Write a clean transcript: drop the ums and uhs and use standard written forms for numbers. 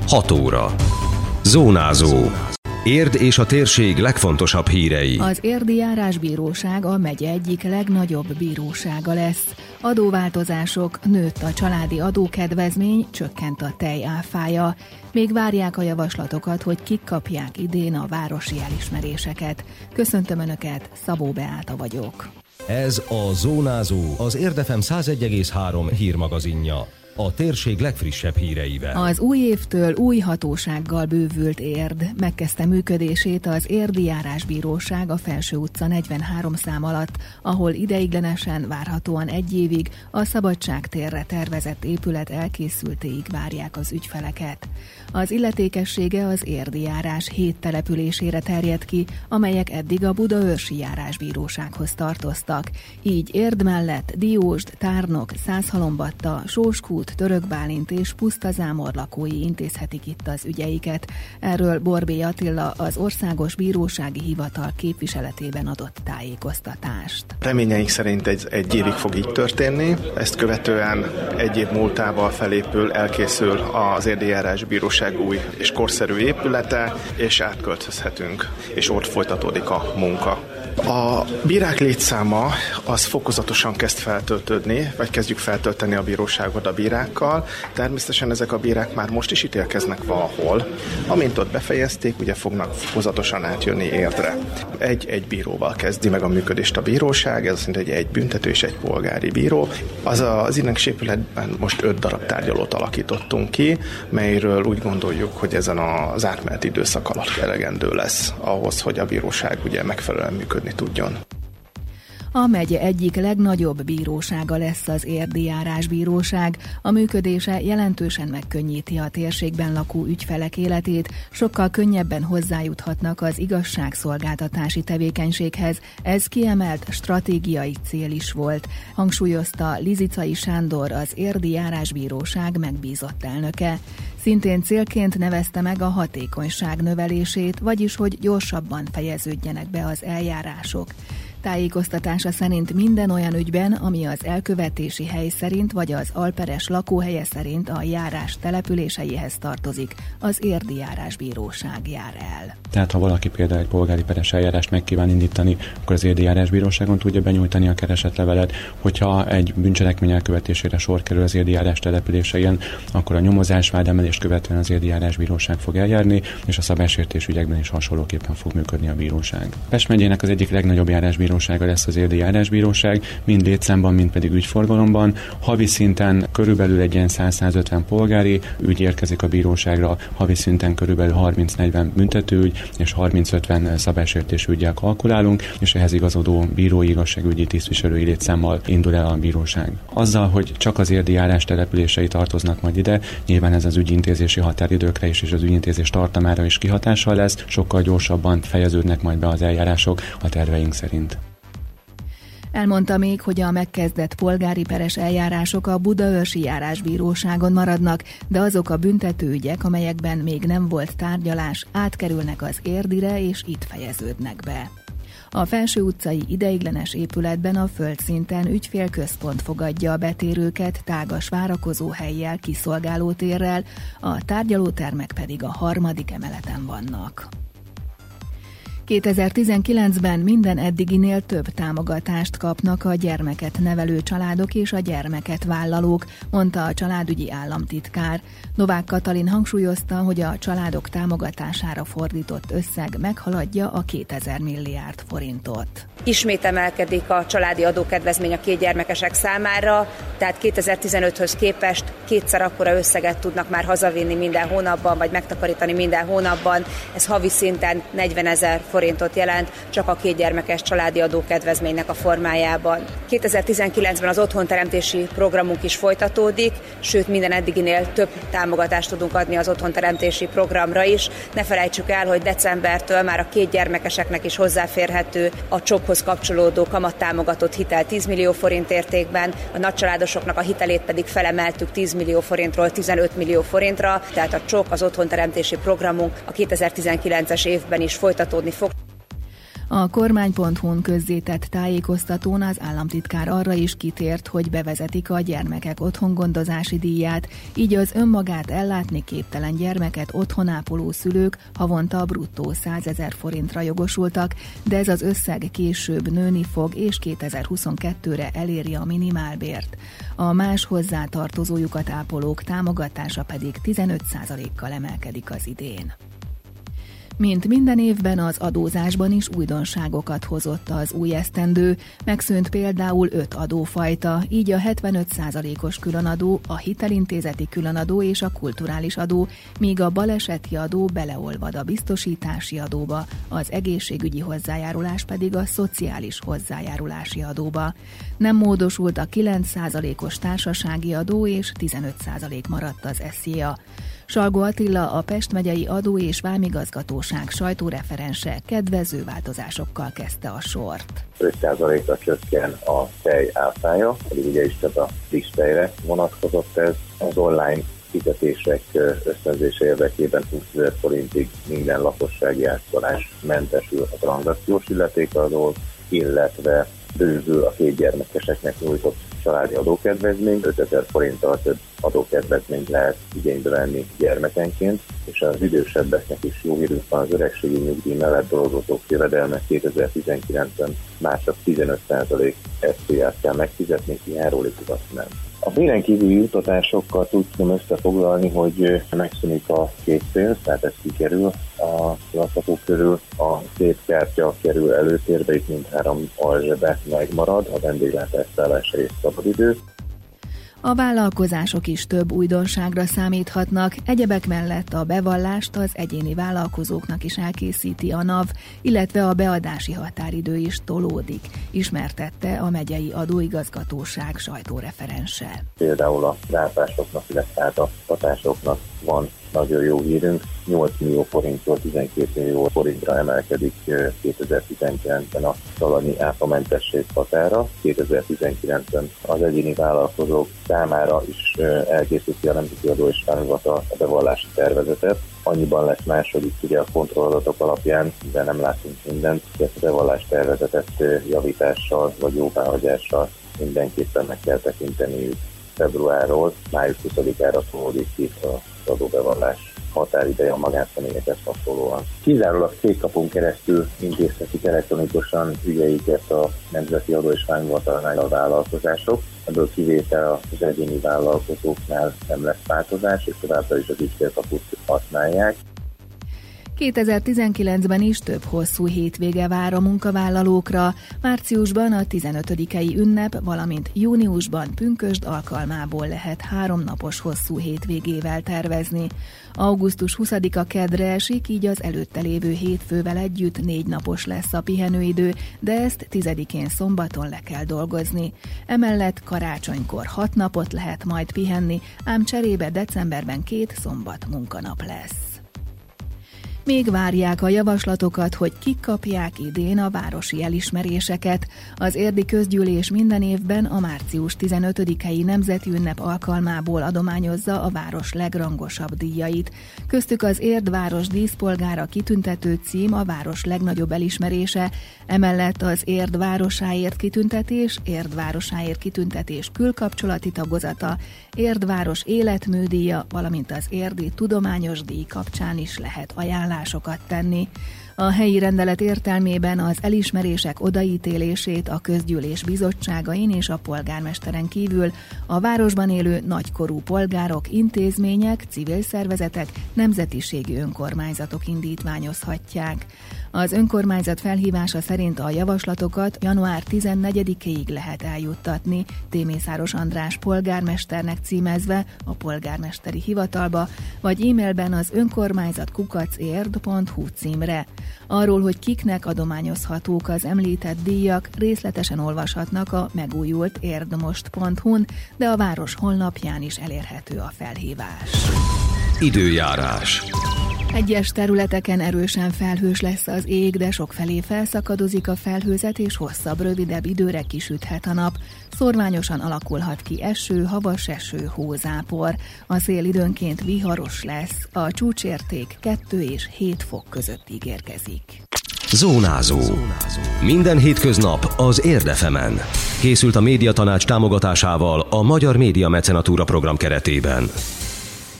6 óra. Zónázó. Érd és a térség legfontosabb hírei. Az érdi járásbíróság a megye egyik legnagyobb bírósága lesz. Adóváltozások, nőtt a családi adókedvezmény, csökkent a tej áfája. Még várják a javaslatokat, hogy kik kapják idén a városi elismeréseket. Köszöntöm Önöket, Szabó Beáta vagyok. Ez a Zónázó, az Érd FM 101,3 hírmagazinja. A térség legfrissebb híreivel. Az új évtől új hatósággal bővült Érd. Megkezdte működését az érdi járásbíróság a Felső utca 43 szám alatt, ahol ideiglenesen, várhatóan 1 évig a Szabadságtérre tervezett épület elkészültéig várják az ügyfeleket. Az illetékessége az érdi járás 7 településére terjed ki, amelyek eddig a Budaörsi járásbírósághoz tartoztak. Így Érd mellett Diósd, Tárnok, Szászhalombatta, Sóskút, Törökbálint és Pusztazámor lakói intézhetik itt az ügyeiket. Erről Borbély Attila, az Országos Bírósági Hivatal képviseletében adott tájékoztatást. Reményeink szerint egy évig fog így történni. Ezt követően 1 év múltával felépül, elkészül az érdi járásbíróság új és korszerű épülete, és átköltözhetünk, és ott folytatódik a munka. A bírák létszáma az fokozatosan kezd feltöltődni, vagy kezdjük feltölteni a bíróságot a bírákkal. Természetesen ezek a bírák már most is ítélkeznek valahol. Amint ott befejezték, ugye fognak fokozatosan átjönni Érdre. Egy bíróval kezdi meg a működést a bíróság, ez azt jelenti, hogy egy büntető és egy polgári bíró. Az innens épületben most 5 darab tárgyalót alakítottunk ki, melyről úgy gondoljuk, hogy ezen az átmeneti időszak alatt elegendő lesz ahhoz, hogy a bíróság ugye megfelelően működni tudjon. A megye egyik legnagyobb bírósága lesz az érdi járásbíróság. A működése jelentősen megkönnyíti a térségben lakó ügyfelek életét, sokkal könnyebben hozzájuthatnak az igazságszolgáltatási tevékenységhez. Ez kiemelt stratégiai cél is volt, hangsúlyozta Lizicai Sándor, az érdi járásbíróság megbízott elnöke. Szintén célként nevezte meg a hatékonyság növelését, vagyis hogy gyorsabban fejeződjenek be az eljárások. Tájékoztatása szerint minden olyan ügyben, ami az elkövetési hely szerint vagy az alperes lakóhelye szerint a járás településeihez tartozik, az érdi járásbíróság jár el. Tehát ha valaki például egy polgári peres eljárást meg kíván indítani, akkor az érdi járásbíróságon tudja benyújtani a keresetlevelet. Hogyha egy bűncselekmény elkövetésére sor kerül az érdi járás településein, akkor a nyomozás vádemelést követően az érdi járásbíróság fog eljárni, és a szabálysértés ügyekben is hasonlóképpen fog működni a bíróság. Pest megyének az egyik legnagyobb járásbírósága lesz az érdi járásbíróság, mind létszámban, mind pedig ügyforgalomban. Havi szinten körülbelül egy ilyen 100-150 polgári ügy érkezik a bíróságra, havi szinten körülbelül 30-40 büntetőügy és 30-50 szabálysértés üggyel kalkulálunk, és ehhez igazodó bírói igazságügyi tisztviselői létszámmal indul el a bíróság. Azzal, hogy csak az érdi járás települései tartoznak majd ide, nyilván ez az ügyintézési határidőkre is és az ügyintézés tartamára is kihatással lesz, sokkal gyorsabban fejeződnek majd be az eljárások a terveink szerint. Elmondta még, hogy a megkezdett polgári peres eljárások a Budaörsi járásbíróságon maradnak, de azok a büntetőügyek, amelyekben még nem volt tárgyalás, átkerülnek az Érdire és itt fejeződnek be. A Felső utcai ideiglenes épületben a földszinten ügyfélközpont fogadja a betérőket tágas várakozóhellyel, kiszolgálótérrel, a tárgyalótermek pedig a 3. emeleten vannak. 2019-ben minden eddiginél több támogatást kapnak a gyermeket nevelő családok és a gyermeket vállalók, mondta a családügyi államtitkár. Novák Katalin hangsúlyozta, hogy a családok támogatására fordított összeg meghaladja a 2000 milliárd forintot. Ismét emelkedik a családi adókedvezmény a 2 gyermekesek számára, tehát 2015-höz képest 2-szer akkora összeget tudnak már hazavinni minden hónapban, vagy megtakarítani minden hónapban. Ez havi szinten 40 000 forintot jelent, csak a 2 gyermekes családi adókedvezménynek a formájában. 2019-ben az otthonteremtési programunk is folytatódik, sőt minden eddiginél több támogatást tudunk adni az otthonteremtési programra is. Ne felejtsük el, hogy decembertől már a 2 gyermekeseknek is hozzáférhető a CSOP-hoz kapcsolódó kamattámogatott hitel 10 millió forint értékben, a nagycsaládosoknak a hitelét pedig felemeltük 10 millió forintról 15 millió forintra, tehát a CSOP, az otthonteremtési programunk a 2019-es évben is folytatódni fog. A kormány.hu-n közzétett tájékoztatón az államtitkár arra is kitért, hogy bevezetik a gyermekek otthongondozási díját, így az önmagát ellátni képtelen gyermeket otthonápoló szülők havonta bruttó 100 000 forintra jogosultak, de ez az összeg később nőni fog, és 2022-re eléri a minimálbért. A más hozzátartozójukat ápolók támogatása pedig 15%-kal emelkedik az idén. Mint minden évben, az adózásban is újdonságokat hozott az új esztendő, megszűnt például 5 adófajta, így a 75%-os különadó, a hitelintézeti különadó és a kulturális adó, míg a baleseti adó beleolvad a biztosítási adóba, az egészségügyi hozzájárulás pedig a szociális hozzájárulási adóba. Nem módosult a 9%-os társasági adó és 15% maradt az SZIA. Salgó Attila, a Pest megyei adó- és vámigazgatóság sajtóreferense kedvező változásokkal kezdte a sort. 5%-ra csökken a tej áfája, pedig ugye is csak a friss tejre vonatkozott ez. Az online fizetések ösztönzése érdekében 20 000 forintig minden lakossági átszolás mentesül a tranzakciós illetékadótól, illetve bővül a 2 gyermekeseknek nyújtott családi adókedvezmény, 5000 forinttal több adókedvezményt lehet igénybe venni gyermekenként, és az idősebbeknek is jó hírünk van, az öregségi nyugdíj mellett dolgozók jövedelme 2019-ben már csak 15% SZIA-t kell megfizetni, járulékot azt nem. A béren kívüli juttatásokat úgy tudom összefoglalni, hogy megszűnik a készpénz, tehát ez kikerül a lakhatók körül, a szétkártya kerül előtérbe, itt mindhárom alzsebe megmarad, a vendéglátás, szállás és szabadidő. A vállalkozások is több újdonságra számíthatnak, egyebek mellett a bevallást az egyéni vállalkozóknak is elkészíti a NAV, illetve a beadási határidő is tolódik, ismertette a megyei adóigazgatóság sajtóreferense. Például a rápásoknak, illetve a hatásoknak van nagyon jó hírünk, 8 millió forintról 12 millió forintra emelkedik 2019-ben a szalagi áfamentesség határa. 2019-ben az egyéni vállalkozók számára is elkészíti a Nemzeti Adó és Vámhivatal a bevallási tervezetet. Annyiban lesz más, hogy itt ugye a kontrolladatok alapján, de nem látunk mindent, hogy a bevallás tervezetet javítással vagy jóváhagyással mindenképpen meg kell tekinteniük februárról, május 20-ára tolódik ki az adóbevallás határideje a magánszemélyekhez hasonlóan. Kizárólag cégkapun keresztül intézhetik elektronikusan ügyeiket a Nemzeti Adó és Vámhivatalnál a vállalkozások. Ebből kivétel az egyéni vállalkozóknál nem lesz változás, és továbbra is az ügyfélkaput használják. 2019-ben is több hosszú hétvége vár a munkavállalókra, márciusban a 15-i ünnep, valamint júniusban pünkösd alkalmából lehet 3 napos hosszú hétvégével tervezni. Augusztus 20-a keddre esik, így az előtte lévő hétfővel együtt 4 napos lesz a pihenőidő, de ezt 10-én szombaton le kell dolgozni. Emellett karácsonykor 6 napot lehet majd pihenni, ám cserébe decemberben 2 szombat munkanap lesz. Még várják a javaslatokat, hogy kik kapják idén a városi elismeréseket. Az érdi közgyűlés minden évben a március 15-i nemzeti ünnep alkalmából adományozza a város legrangosabb díjait. Köztük az Érdváros díszpolgára kitüntető cím a város legnagyobb elismerése, emellett az Érdvárosáért kitüntetés, Érdvárosáért kitüntetés külkapcsolati tagozata, Érdváros életműdíja, valamint az Érdi tudományos díj kapcsán is lehet ajánlásokat tenni. A helyi rendelet értelmében az elismerések odaítélését a közgyűlés bizottságain és a polgármesteren kívül a városban élő nagykorú polgárok, intézmények, civil szervezetek, nemzetiségi önkormányzatok indítványozhatják. Az önkormányzat felhívása szerint a javaslatokat január 14-ig lehet eljuttatni Témészáros András polgármesternek címezve a polgármesteri hivatalba, vagy e-mailben az önkormányzat@érd.hu címre. Arról, hogy kiknek adományozhatók az említett díjak, részletesen olvashatnak a megújult érdmost.hu-n, de a város honlapján is elérhető a felhívás. Időjárás. Egyes területeken erősen felhős lesz az ég, de sokfelé felszakadozik a felhőzet, és hosszabb, rövidebb időre kisüthet a nap. Szorványosan alakulhat ki eső, havas eső, hózápor. A szél időnként viharos lesz, a csúcsérték 2 és 7 fok között ígérkezik. Zónázó. Minden hétköznap az Érd FM-en. Készült a Médiatanács támogatásával a Magyar Média Mecenatúra program keretében.